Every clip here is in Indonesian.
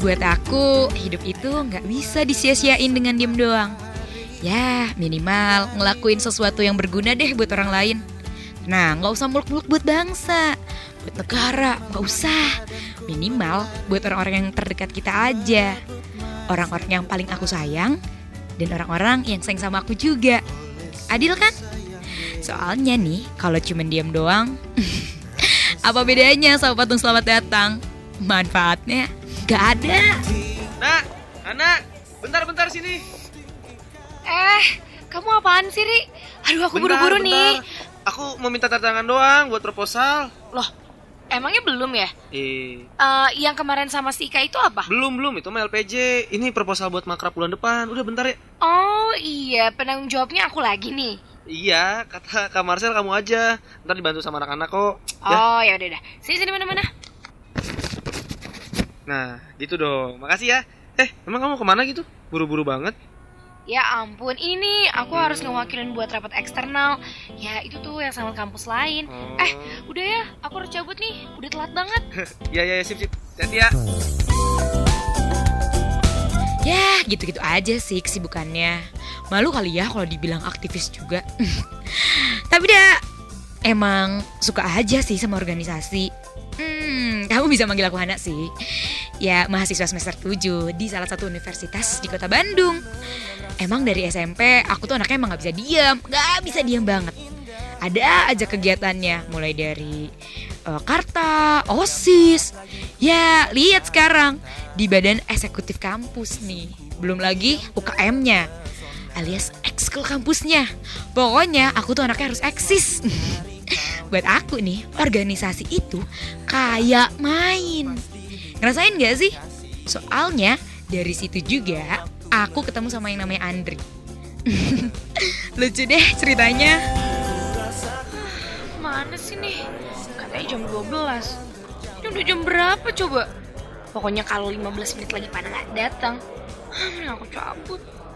Buat aku, hidup itu gak bisa disia-siain dengan diem doang. Ya, minimal ngelakuin sesuatu yang berguna deh buat orang lain. Nah, gak usah muluk-muluk buat bangsa, buat negara, gak usah. Minimal buat orang-orang yang terdekat kita aja. Orang-orang yang paling aku sayang, dan orang-orang yang sayang sama aku juga. Adil kan? Soalnya nih, kalau cuma diem doang, apa bedanya sama patung selamat datang? Manfaatnya gak ada. Nak, anak, bentar sini. Kamu apaan sih, Ri? Aduh, aku buru-buru nih. Aku mau minta tanda tangan doang buat proposal. Loh, emangnya belum ya? Yang kemarin sama si Ika itu apa? Belum, itu mah LPJ. Ini proposal buat makrab bulan depan. Udah bentar ya. Oh iya, penanggung jawabnya aku lagi nih. Iya, kata Kak Marcel kamu aja. Ntar dibantu sama anak-anak kok. Oh ya udah. Sini mana. Nah, gitu dong. Makasih ya. Emang kamu kemana gitu? Buru-buru banget. Ya ampun, ini aku harus ngewakilin buat rapat eksternal. Ya itu tuh yang sama kampus lain. Udah ya, aku harus cabut nih. Udah telat banget. Ya, sip. Hati ya. Ya, gitu-gitu aja sih kesibukannya. Malu kali ya kalau dibilang aktivis juga. Tapi dah, emang suka aja sih sama organisasi. Kamu bisa manggil aku Hana sih. Ya, mahasiswa semester 7 di salah satu universitas di kota Bandung. Emang dari SMP aku tuh anaknya emang gak bisa diam. Gak bisa diam banget. Ada aja kegiatannya. Mulai dari Karta, OSIS. Ya, lihat sekarang di badan eksekutif kampus nih. Belum lagi UKM-nya, alias ekskul kampusnya. Pokoknya aku tuh anaknya harus eksis. Buat aku nih, organisasi itu kayak main. Ngerasain gak sih? Soalnya dari situ juga aku ketemu sama yang namanya Andri. Lucu deh ceritanya. Mana sih nih? Katanya jam 12. Ini udah jam berapa coba? Pokoknya kalau 15 menit lagi pada gak datang, mending aku cabut.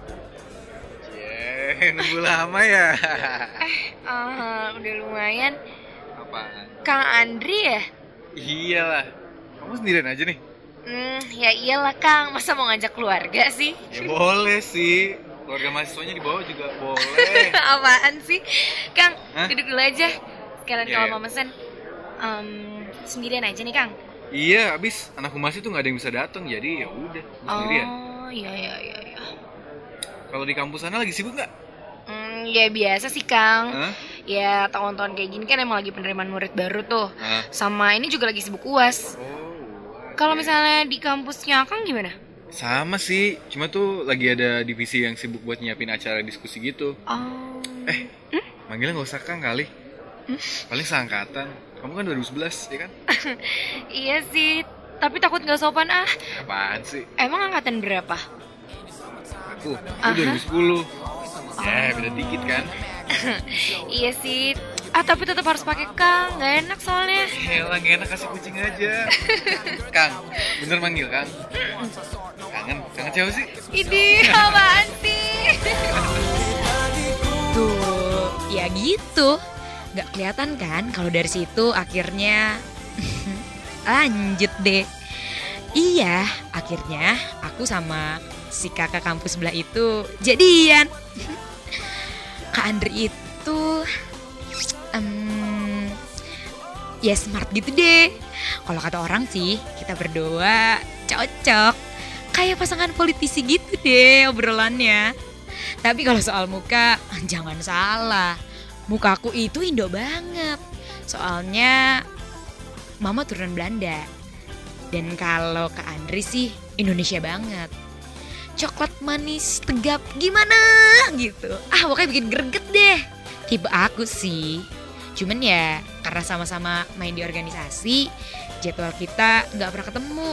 Nunggu lama ya. Udah lumayan. Apaan? Kang Andri ya? Iyalah. Kamu sendirian aja nih? Ya iyalah Kang, masa mau ngajak keluarga sih? Ya boleh sih. Keluarga mahasiswanya di bawah juga boleh. Apaan sih? Kang, duduk dulu aja. Sekalian kalau mau Yeah. mesen sendirian aja nih Kang. Iya, abis anak humas itu nggak ada yang bisa datang, jadi ya udah sendirian. Oh iya. Kalau di kampus sana lagi sibuk nggak? Ya biasa sih Kang. Hah? Ya tahun-tahun kayak gini kan emang lagi penerimaan murid baru tuh. Hah? Sama ini juga lagi sibuk UAS. Kalau misalnya di kampusnya Kang gimana? Sama sih, cuma tuh lagi ada divisi yang sibuk buat nyiapin acara diskusi gitu. Oh. Manggilnya nggak usah Kang kali. Paling seangkatan. Kamu kan 2011 ya kan? Iya sih, tapi takut nggak sopan ah. Apaan sih? Emang angkatan berapa? Aku 2010. Ya beda dikit kan? Iya sih, tapi tetap harus pakai Kang, nggak enak soalnya. Yalah gak enak kasih kucing aja. Kang, bener manggil Kang? Kangen siapa sih? Ini apaan sih? Tuh, ya gitu. Gak kelihatan kan kalau dari situ akhirnya lanjut deh. Iya, akhirnya aku sama si kakak kampus sebelah itu jadian. Kak Andri itu ya smart gitu deh. Kalau kata orang sih, kita berdua cocok. Kayak pasangan politisi gitu deh obrolannya. Tapi kalau soal muka, jangan salah. Mukaku itu Indo banget. Soalnya mama turunan Belanda. Dan kalau Kak Andri sih Indonesia banget. Coklat manis tegap gimana gitu. Pokoknya bikin greget deh. Tipe aku sih. Cuman ya karena sama-sama main di organisasi, jadwal kita gak pernah ketemu.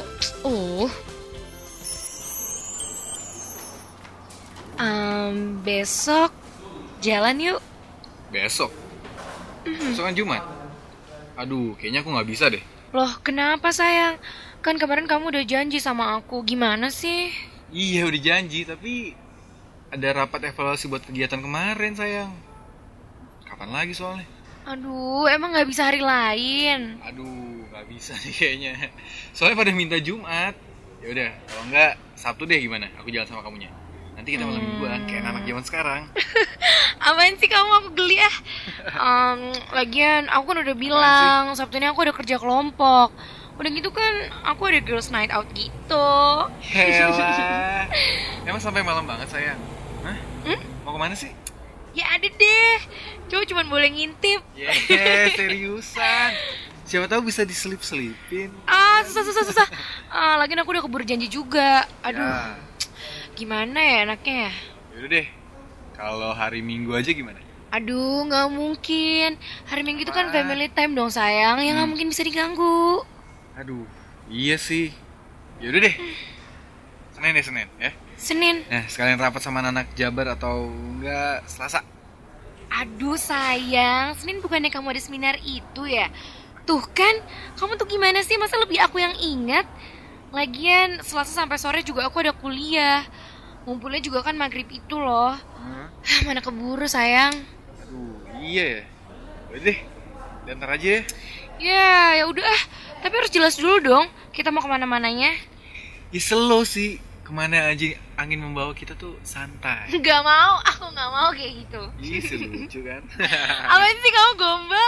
Besok jalan yuk. Besok? Besok kan Jumat? Aduh, kayaknya aku gak bisa deh. Loh, kenapa sayang? Kan kemarin kamu udah janji sama aku. Gimana sih? Iya udah janji, tapi ada rapat evaluasi buat kegiatan kemarin sayang. Kapan lagi soalnya? Aduh, emang gak bisa hari lain? Aduh, gak bisa nih kayaknya. Soalnya pada minta Jumat. Ya udah, kalau enggak Sabtu deh gimana? Aku jalan sama kamunya. Nanti kita malam mingguan kayak anak zaman sekarang. Apaan sih kamu, aku geli ah. Lagian aku kan udah bilang Sabtu ini aku ada kerja kelompok. Udah gitu kan aku ada girls night out gitu. Helah. Emang sampai malam banget sayang? Hah? Mau kemana sih? Ya ada deh. Cuma cuman boleh ngintip. Seriusan. Siapa tahu bisa diselip-selipin. Susah. Lagian aku udah keburu janji juga. Aduh. Ya. Gimana ya enaknya ya? Yaudah deh. Kalau hari Minggu aja gimana? Aduh, nggak mungkin. Hari Minggu itu kan family time dong sayang. Yang nggak mungkin bisa diganggu. Aduh, iya sih. Yaudah deh. Senin ya. Senin. Nah, sekalian rapat sama anak Jabar atau enggak Selasa. Aduh sayang, Senin bukannya kamu ada seminar itu ya? Tuh kan, kamu tuh gimana sih? Masa lebih aku yang ingat? Lagian Selasa sampai sore juga aku ada kuliah. Ngumpulnya juga kan maghrib itu loh. Mana keburu sayang. Aduh, iya ya. Udah deh, diantar aja ya. Ya udah ah. Tapi harus jelas dulu dong. Kita mau kemana-mananya. Ya slow sih. Kemana aja angin membawa kita tuh santai. Gak mau, aku gak mau kayak gitu. Ih, lucu kan. Apaan sih kamu gombal?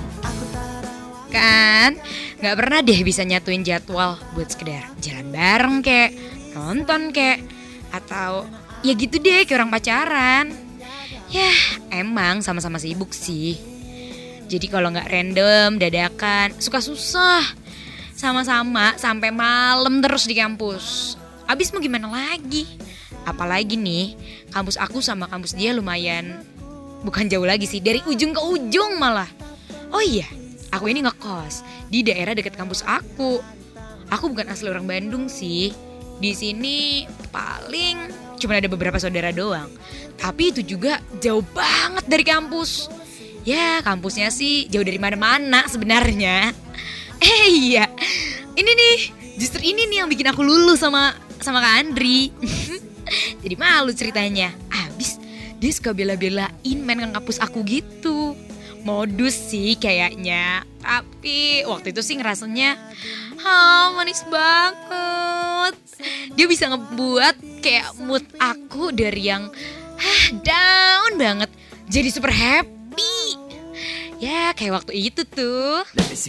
Kan nggak pernah deh bisa nyatuin jadwal buat sekedar jalan bareng kek, nonton kek, atau ya gitu deh kayak orang pacaran. Ya emang sama-sama sibuk sih. Jadi kalau nggak random, dadakan, suka susah. Sama-sama sampai malam terus di kampus. Abis mau gimana lagi? Apalagi nih, kampus aku sama kampus dia lumayan, bukan jauh lagi sih, dari ujung ke ujung malah. Oh iya, aku ini ngekos di daerah dekat kampus aku. Aku bukan asli orang Bandung sih. Di sini paling cuma ada beberapa saudara doang. Tapi itu juga jauh banget dari kampus. Ya, kampusnya sih jauh dari mana-mana sebenarnya. Iya. Ini nih, justru ini nih yang bikin aku luluh sama Kak Andri. Jadi malu ceritanya. Abis dia suka bela-belain main ke kampus aku gitu. Modus sih kayaknya. Tapi waktu itu sih ngerasanya manis banget. Dia bisa ngebuat kayak mood aku dari yang down banget jadi super happy. Ya kayak waktu itu tuh.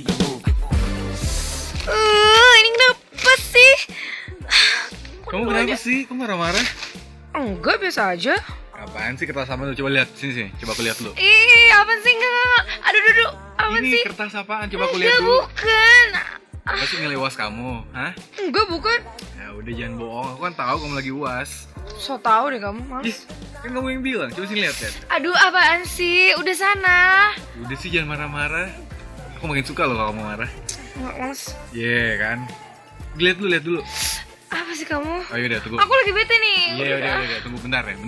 Ini kenapa sih? Kamu kenapa sih? Kamu marah-marah? Enggak, biasa aja. Apaan sih kertas apa lu? Coba lihat sini. Coba aku lihat dulu. Ih, apaan sih? Enggak. Aduh. Apaan ini sih? Kertas apaan? Coba aku lihat dulu. Bukan. Apa sih nilai UAS kamu? Hah? Enggak, bukan. Ya udah jangan bohong. Aku kan tahu kamu lagi UAS. So tau deh kamu, Mas. Ih, kan kamu yang bilang. Coba sini lihat. Aduh, apaan sih? Udah sana. Udah sih jangan marah-marah. Aku makin suka loh kalau kamu marah. Enggak, Mas. Iya kan? Lihat dulu. Apa sih kamu? Oh yaudah tunggu. Aku lagi bete nih. Iya udah. Tunggu bentar ya.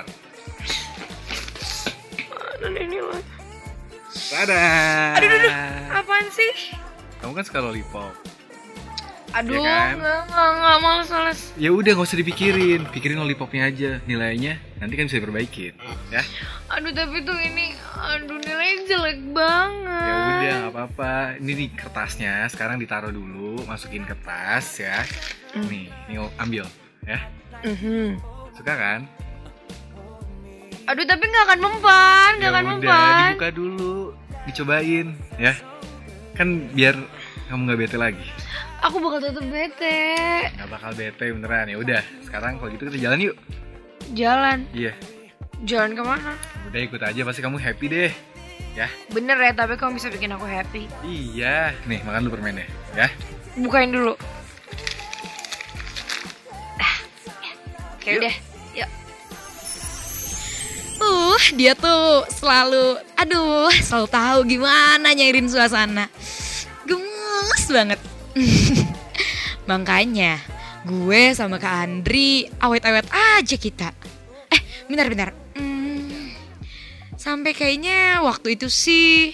Mana ini lah? Dadah. Aduh. Apaan sih? Kamu kan suka lollipop. Aduh, Ya kan? enggak, males. Ya udah nggak usah dipikirin. Pikirin lollipopnya aja. Nilainya nanti kan bisa diperbaikin. Ya. Aduh, tapi tuh ini, nilainya jelek banget. Ya udah nggak apa-apa. Ini nih kertasnya. Sekarang ditaruh dulu. Masukin ke tas ya. Nih ambil ya. Suka kan? Aduh, tapi nggak akan mempan, Ya udah dibuka dulu. Dicobain ya. Kan biar kamu nggak bete lagi. Aku bakal tetep bete. Nggak bakal bete beneran. Ya udah. Sekarang kalau gitu kita jalan yuk. Jalan? Iya. Jalan kemana? Udah ikut aja. Pasti kamu happy deh. Ya. Bener ya, tapi kamu bisa bikin aku happy. Iya. Nih makan dulu permennya. Ya. Bukain dulu. Oke, Yuk. udah. Yuk. Dia tuh selalu tahu gimana nyairin suasana. Gemes banget. Makanya gue sama Kak Andri awet-awet aja kita. Bentar. Sampai kayaknya waktu itu sih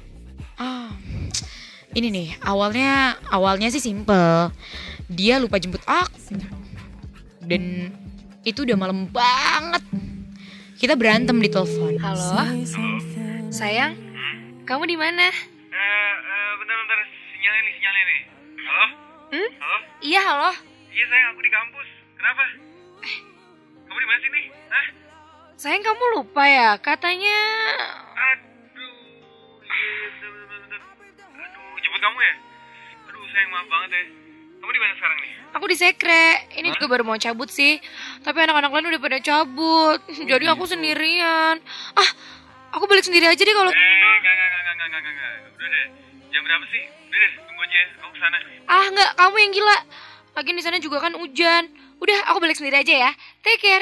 ini nih, awalnya sih simple. Dia lupa jemput aku. Dan itu udah malam banget. Kita berantem di telepon. Halo? Sayang, kamu di mana? Bentar. Sinyalnya nih. Halo? Iya, halo. Iya sayang, aku di kampus. Kenapa? Kamu di mana sih nih? Hah? Sayang, kamu lupa ya? Katanya... Aduh, iya bentar. Aduh, jemput kamu ya? Aduh sayang, maaf banget ya. Kamu di mana sekarang nih? aku di sekre. Ini juga baru mau cabut sih. Tapi anak-anak lain udah pada cabut. Jadi aku sendirian. Aku balik sendiri aja deh kalau... Enggak. Udah deh. Jam berapa sih? Udah deh, tunggu aja ya. Aku kesana. Enggak, kamu yang gila. Lagian di sana juga kan hujan. Udah, aku balik sendiri aja ya. Take care.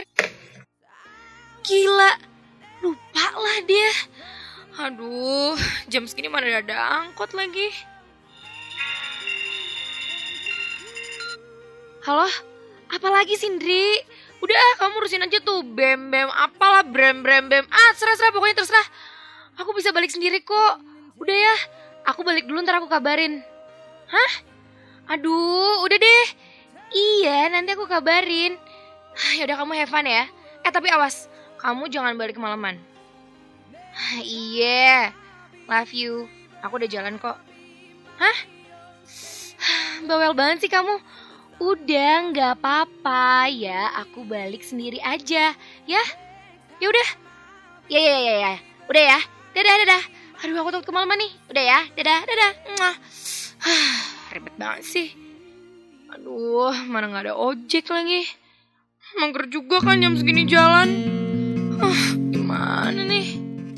Gila. Lupa lah dia. Aduh, jam segini mana ada angkot lagi. Halo? Apalagi sih, Indri? Udah, kamu urusin aja tuh. Bem, apalah, brem. Serah, pokoknya terserah. Aku bisa balik sendiri kok. Udah ya, aku balik dulu ntar aku kabarin. Hah? Aduh, udah deh. Iya, nanti aku kabarin. Yaudah, kamu have fun ya. Tapi awas, kamu jangan balik kemalaman. Iya, love you. Aku udah jalan kok. Hah? Bawel banget sih kamu. Udah, nggak apa-apa ya. Aku balik sendiri aja, ya. Ya udah. Ya. Udah ya. Dadah. Aduh, aku takut kemalaman nih. Udah ya. Dadah. Ribet banget sih. Aduh, mana nggak ada ojek lagi. Mager juga kan jam segini jalan. Gimana nih?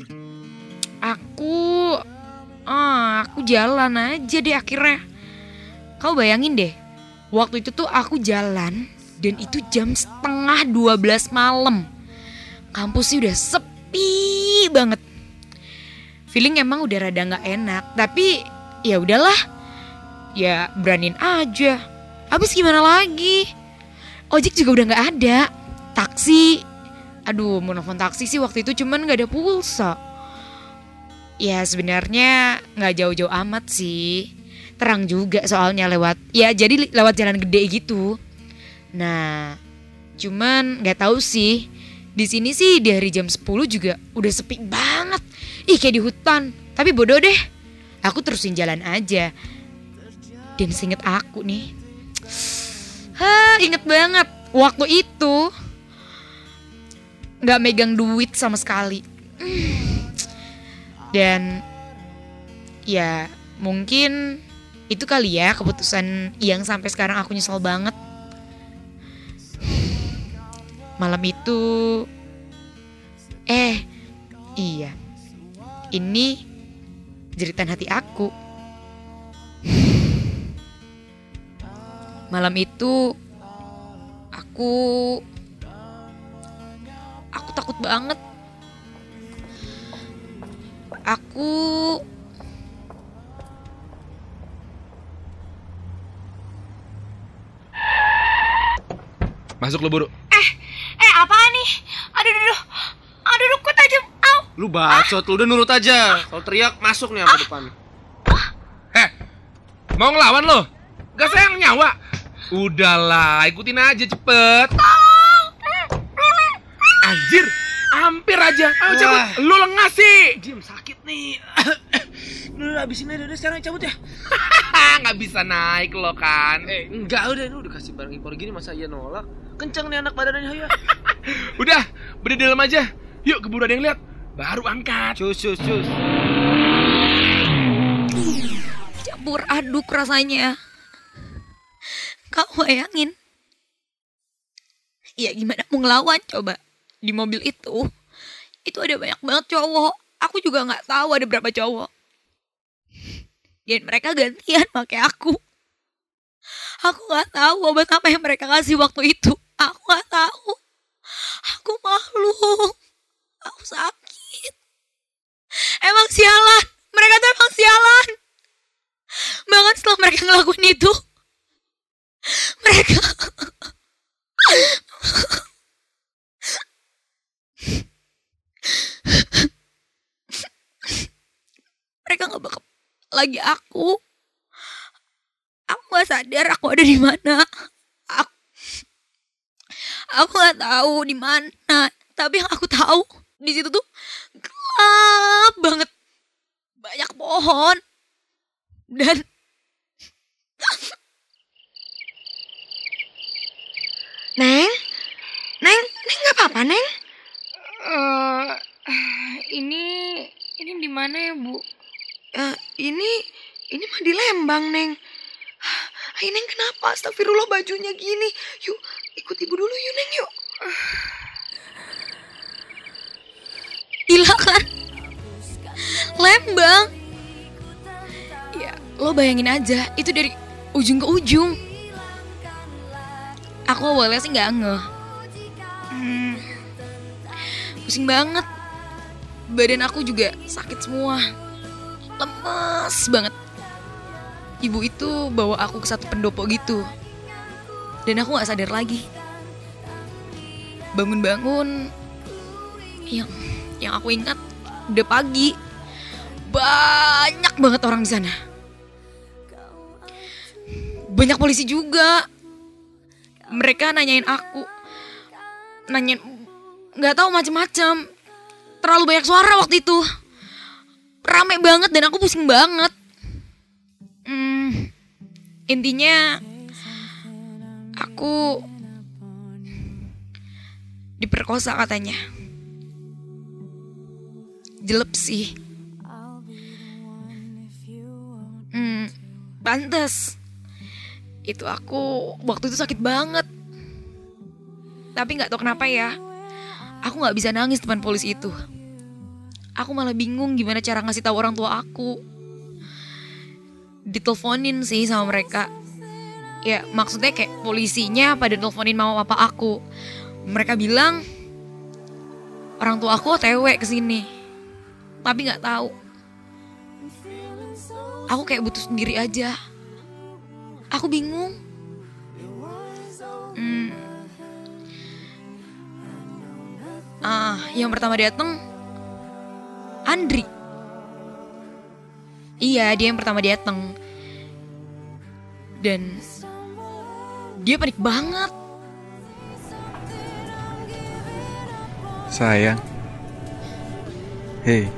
Aku jalan aja deh akhirnya. Kau bayangin deh, waktu itu tuh aku jalan dan itu jam 11:30 malam. Kampus sih udah sepi banget. Feeling emang udah rada nggak enak, tapi ya udahlah, ya beraniin aja. Abis gimana lagi? Ojek juga udah nggak ada. Taksi, aduh mau nelfon taksi sih waktu itu cuman nggak ada pulsa. Ya sebenarnya nggak jauh-jauh amat sih. Terang juga soalnya jadi lewat jalan gede gitu. Nah, cuman nggak tahu sih. Di sini sih dari jam 10 juga udah sepi banget. Kayak di hutan. Tapi bodoh deh. Aku terusin jalan aja. Dan seinget aku nih. Inget banget. Waktu itu nggak megang duit sama sekali. Dan ya mungkin itu kali ya keputusan yang sampai sekarang aku nyesel banget. Malam itu iya. Ini jeritan hati aku. Malam itu aku takut banget. Masuk lu buru. Apaan nih? Aduh, kok tajam. Au. Lu bacot, lu udah nurut aja. Kalau teriak masuk nih sampai depan. Mau ngelawan lo? Gak sayang nyawa? Udahlah, ikutin aja cepet. Anjir, hampir aja. Ayo cabut, lu lengah sih. Diam, sakit nih. Udah abisin aja, udah sekarang cabut ya. Gak bisa naik lo kan. Enggak, udah kasih barang impor gini masa iya nolak. Kenceng nih anak badannya, ayo. Udah, berdiri dalam aja. Yuk, keburu ada yang lihat. Baru angkat. Cus. Campur aduk rasanya. Kau bayangin. Ya gimana mau ngelawan coba. Di mobil itu ada banyak banget cowok. Aku juga gak tahu ada berapa cowok. Dan mereka gantian pakai aku. Aku gak tahu obat apa yang mereka kasih waktu itu. Aku gak tahu. Aku malu. Aku sakit. Emang sialan. Mereka tuh emang sialan. Bahkan setelah mereka ngelakuin itu, mereka nggak bakal lagi aku. Aku nggak sadar aku ada di mana. Aku nggak tahu di mana. Tapi yang aku tahu di situ tuh gelap banget, banyak pohon dan Apa, Neng? Eh, ini di mana ya, Bu? Ini mah di Lembang, Neng. Hai, Neng, kenapa? Astagfirullah, bajunya gini. Yuk, ikut ibu dulu yuk, Neng, yuk. Gila kan? Lembang. Ya, lo bayangin aja, itu dari ujung ke ujung. Aku awalnya sih gak ngeh. Pusing banget. Badan aku juga sakit semua. Lemes banget. Ibu itu bawa aku ke satu pendopo gitu. Dan aku gak sadar lagi. Bangun-bangun, yang aku ingat udah pagi. Banyak banget orang di sana. Banyak polisi juga. Mereka nanyain aku. Gak tahu macem-macem. Terlalu banyak suara waktu itu. Rame banget dan aku pusing banget. Intinya aku diperkosa katanya. Jelek sih. Pantes. Itu aku waktu itu sakit banget. Tapi gak tahu kenapa ya, aku gak bisa nangis depan polisi itu. Aku malah bingung gimana cara ngasih tahu orang tua aku. Diteleponin sih sama mereka. Ya maksudnya kayak polisinya pada teleponin mama papa aku. Mereka bilang orang tua aku OTW kesini. Tapi gak tahu. Aku kayak butuh sendiri aja. Aku bingung. Yang pertama datang Andri. Iya, dia yang pertama datang. Dan dia panik banget. Sayang. Hei.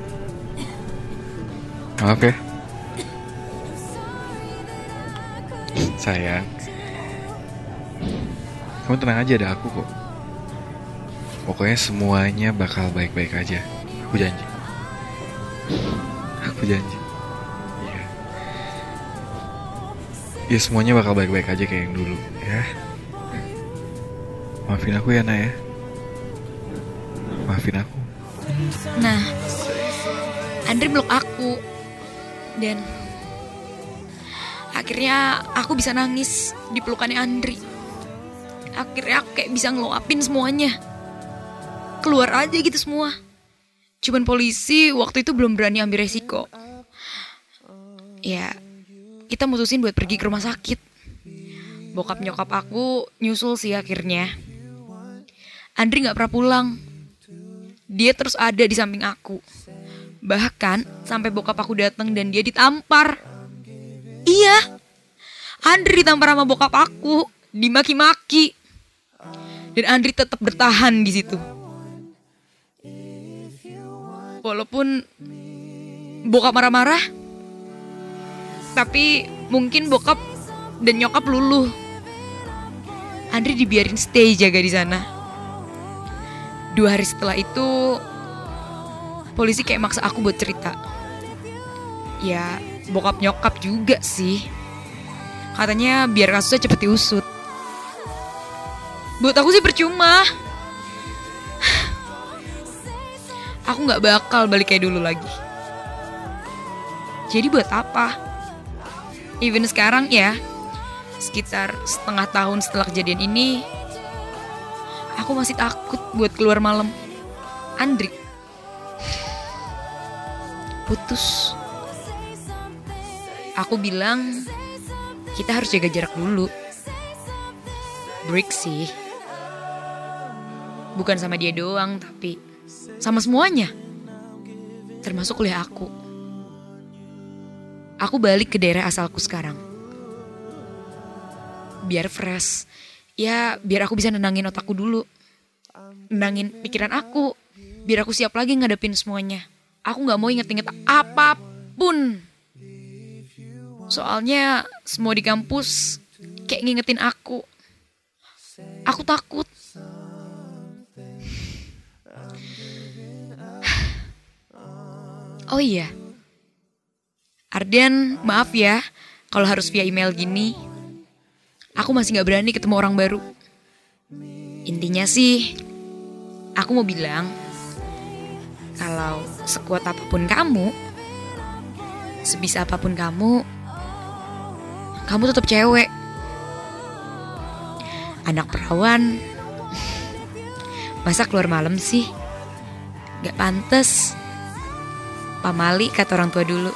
Maaf ya. Sayang. Kamu tenang aja, ada aku kok. Pokoknya semuanya bakal baik-baik aja. Aku janji. Aku janji. Iya. Ya semuanya bakal baik-baik aja kayak yang dulu, ya. Maafin aku ya, Nak ya. Maafin aku. Nah, Andri meluk aku. Dan akhirnya aku bisa nangis di pelukannya Andri. Akhirnya aku kayak bisa ngeluapin semuanya. Keluar aja gitu semua. Cuman polisi waktu itu belum berani ambil resiko. Ya, kita mutusin buat pergi ke rumah sakit. Bokap nyokap aku nyusul sih akhirnya. Andri gak pernah pulang. Dia terus ada di samping aku. Bahkan sampai bokap aku datang dan dia ditampar. Iya, Andri ditampar sama bokap aku, dimaki-maki. Dan Andri tetap bertahan di situ. Walaupun bokap marah-marah, tapi mungkin bokap dan nyokap luluh. Andri dibiarin stay jaga di sana. 2 hari setelah itu, polisi kayak maksa aku buat cerita. Ya, bokap nyokap juga sih. Katanya biar kasusnya cepet diusut. Buat aku sih percuma. Aku gak bakal balik kayak dulu lagi. Jadi buat apa? Even sekarang ya, sekitar setengah tahun setelah kejadian ini, aku masih takut buat keluar malam. Andri putus. Aku bilang kita harus jaga jarak dulu. Break sih. Bukan sama dia doang, tapi sama semuanya. Termasuk kuliah aku. Aku balik ke daerah asalku sekarang. Biar fresh. Ya biar aku bisa nenangin otakku dulu. Nenangin pikiran aku. Biar aku siap lagi ngadepin semuanya. Aku gak mau inget-inget apapun. Soalnya semua di kampus kayak ngingetin aku. Aku takut. Oh iya, Ardian, maaf ya kalau harus via email gini. Aku masih gak berani ketemu orang baru. Intinya sih, aku mau bilang kalau sekuat apapun kamu, sebisa apapun kamu tetap cewek. Anak perawan, masa keluar malam sih? Gak pantes. Pamali kata orang tua dulu.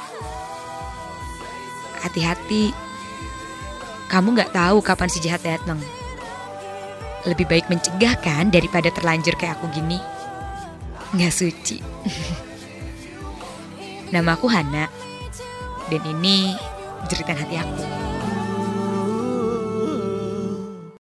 Hati-hati, kamu gak tahu kapan si jahat datang. Lebih baik mencegah kan daripada terlanjur kayak aku gini. Gak suci. Nama aku Hana, dan ini jeritan hati aku.